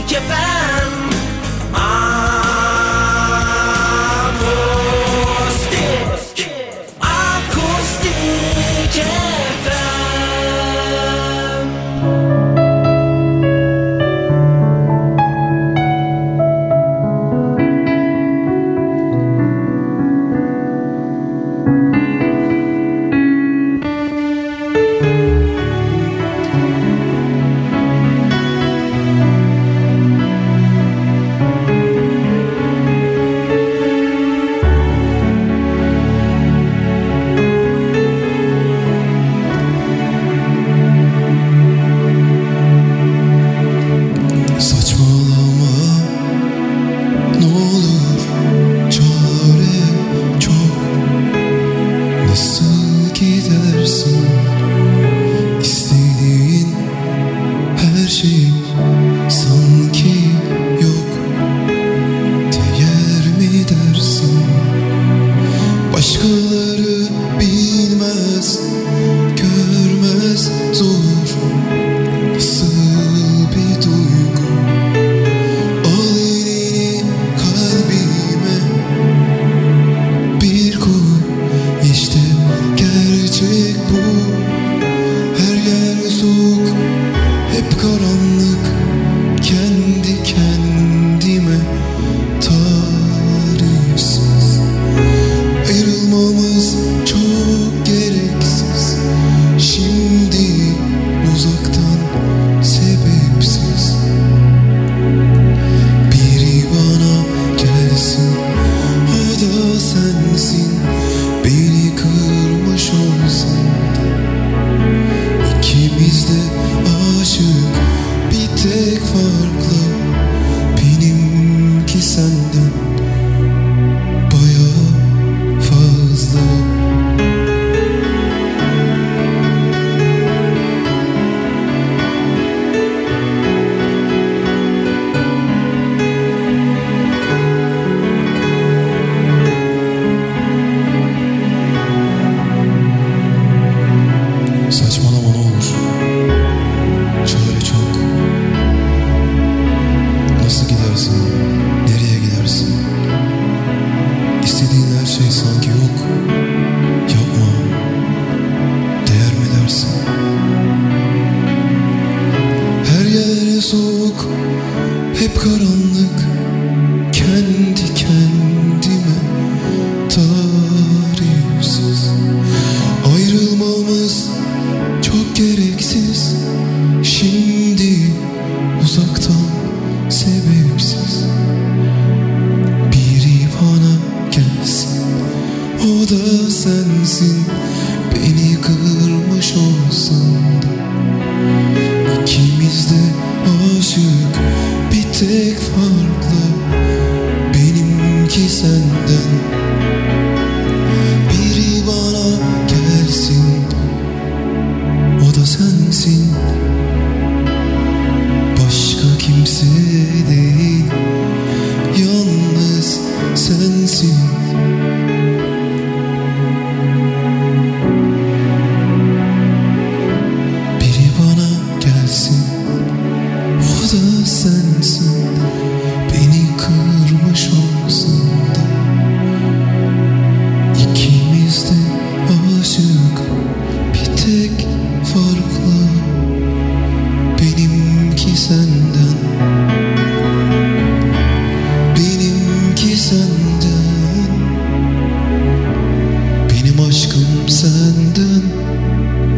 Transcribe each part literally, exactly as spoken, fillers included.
Akustik F M. Akustik. Akustik F M.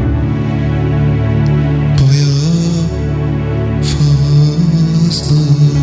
Bayağı fazla.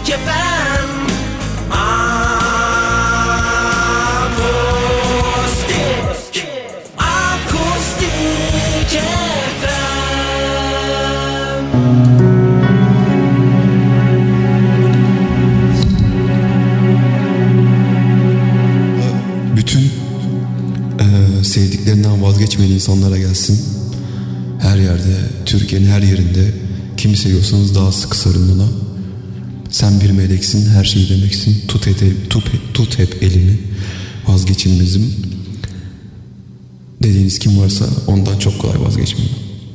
Akustik F M. Akustik. Akustik F M. Bütün e, sevdiklerinden vazgeçmeyen insanlara gelsin. Her yerde, Türkiye'nin her yerinde kimi seviyorsanız daha sık sarılın ona. Sen bir meleksin, her şeyi demeksin. Tut, et, tut, tut hep elimi, vazgeçilmezim. Dediğiniz kim varsa ondan çok kolay vazgeçmeyin.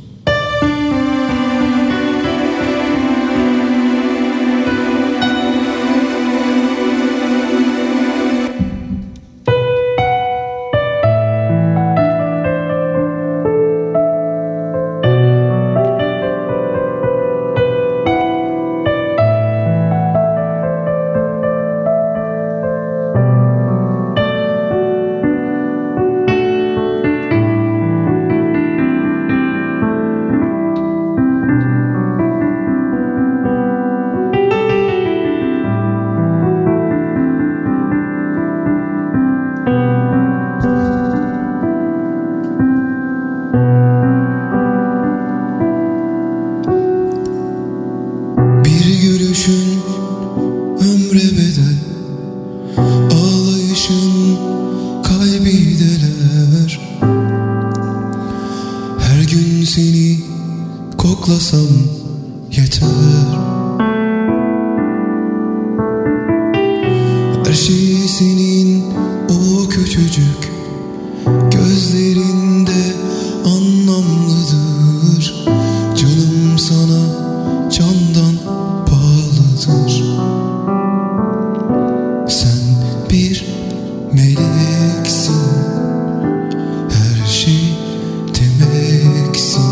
Koklasam yeter. Her şey senin o küçücük gözlerinde anlamlıdır. Canım sana candan bağlıdır. Sen bir meleksin, her şey demeksin.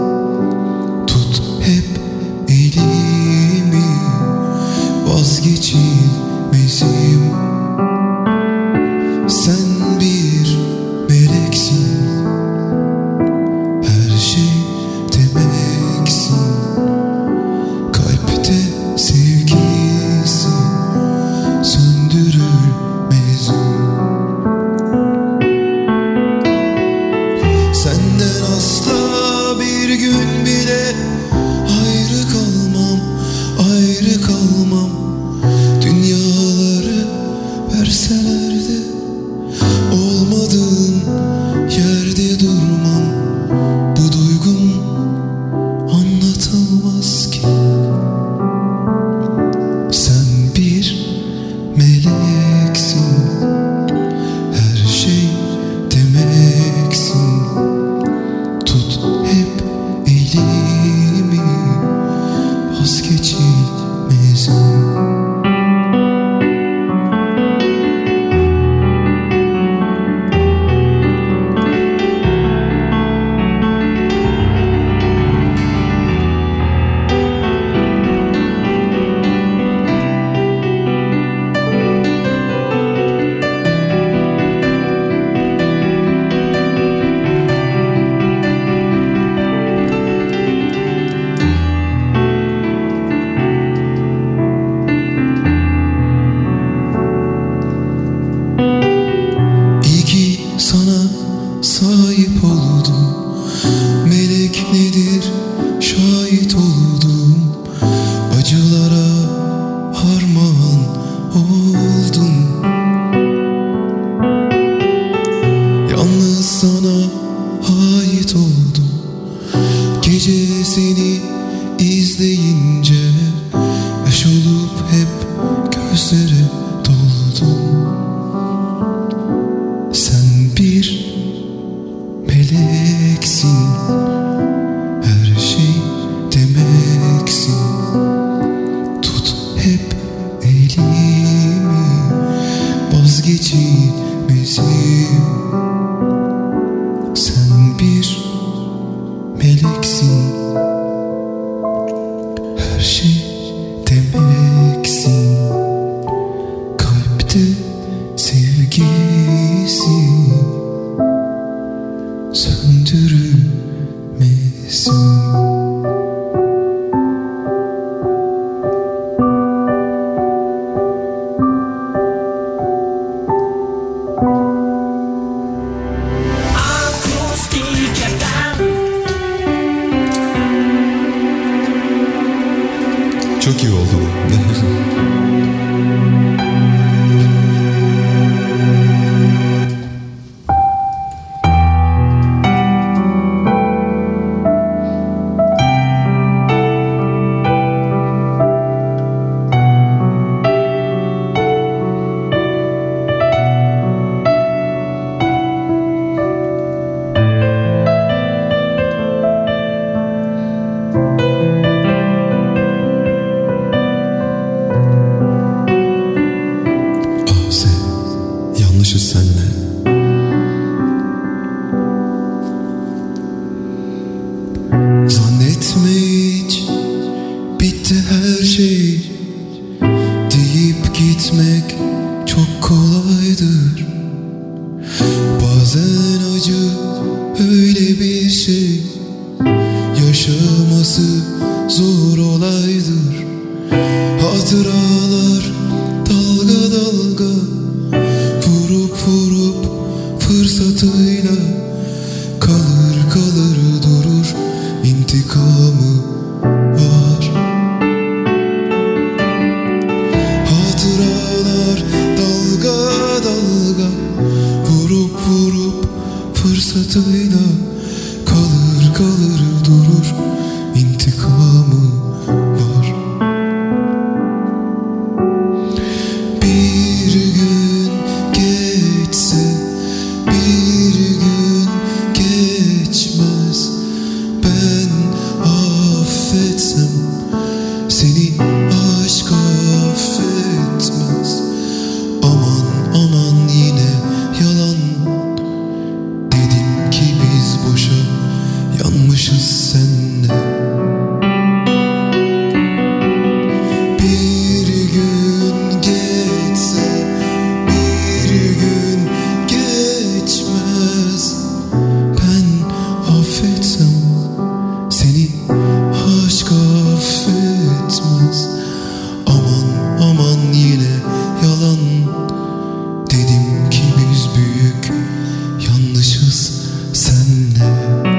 Hep elimi, vazgeçilmezim. Sen bir meleksin, her şey demeksin. Kalpte sevgisi söndürülmez. Senden asla bir gün bile ayrı kalmam, ayrı kalmam. Dünyaları verseler de olmadığın yerde durmam. Bu duygum anlatılmaz ki. Sen bir meleksin, her şey demeksin. Tut hep elimi, vazgeçilmezim. Sana sahip oldum, melek nedir şahit oldum. Acılara harman oldum. Yalnız sana ait oldum. Gece seni izleyince yaş olup hep gözlere doldum. Sen bir meleksin, her şey demeksin. Tut hep elimi, vazgeçilmezim. Sen bir meleksin, her şey demeksin. Kalpte sevgisi söndürülmesin. Çok iyi oldu bu. Yanlışız senle. Zannetme hiç bitti her şey deyip gitmek çok kolaydır. Bazen acı öyle bir şey, yaşaması zor olaydır. Hatıralar dalga dalga, vurup vurup fırsatıyla kalır kalır durur, intikamı var. Hatıralar dalga dalga, vurup vurup fırsatıyla kalır kalır durur, intikamı var. Bir gün geçse, bir gün geçmez, ben affetsem seni aşk affetmez. Aman aman yine yalan dedim ki biz boşa yanmışız senle. Bir gün geçse, bir gün geçmez, ben affetsem seni aşk affetmez. Aman aman yine yalan dedim ki biz büyük yanlışız senle.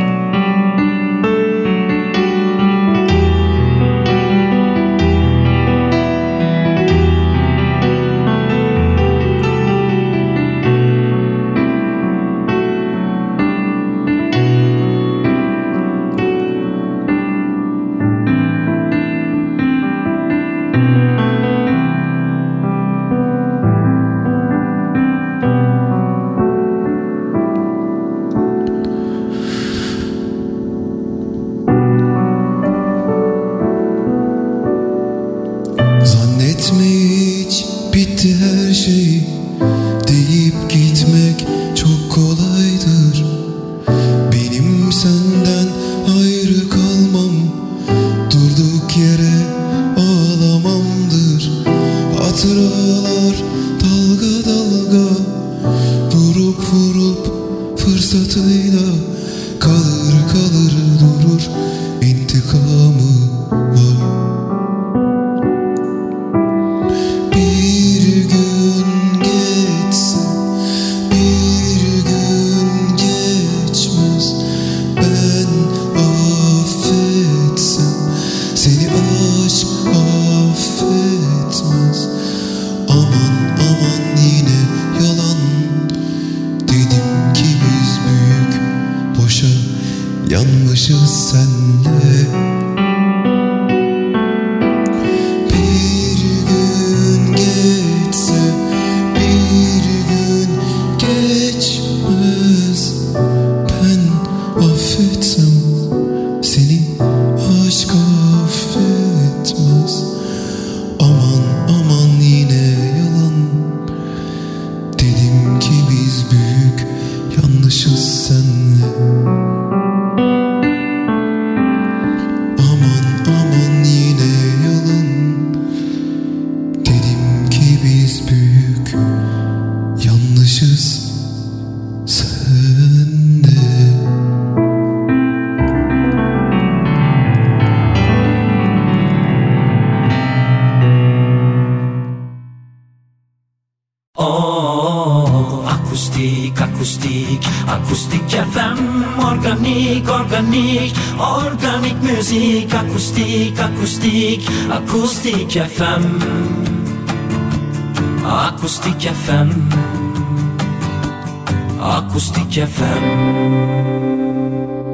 Zannetme hiç bitti her şey deyip gitmek çok kolaydır. Benim senden ayrı kalmam durduk yere ağlamamdır. Hatıralar dalga dalga, vurup vurup fırsatıyla kalır kalır durur, intikamı var. Bir gün geçse, bir gün akustik, akustik F M. Organik, organik, organik müzik. Akustik, akustik, akustik F M. Akustik F M. Akustik F M.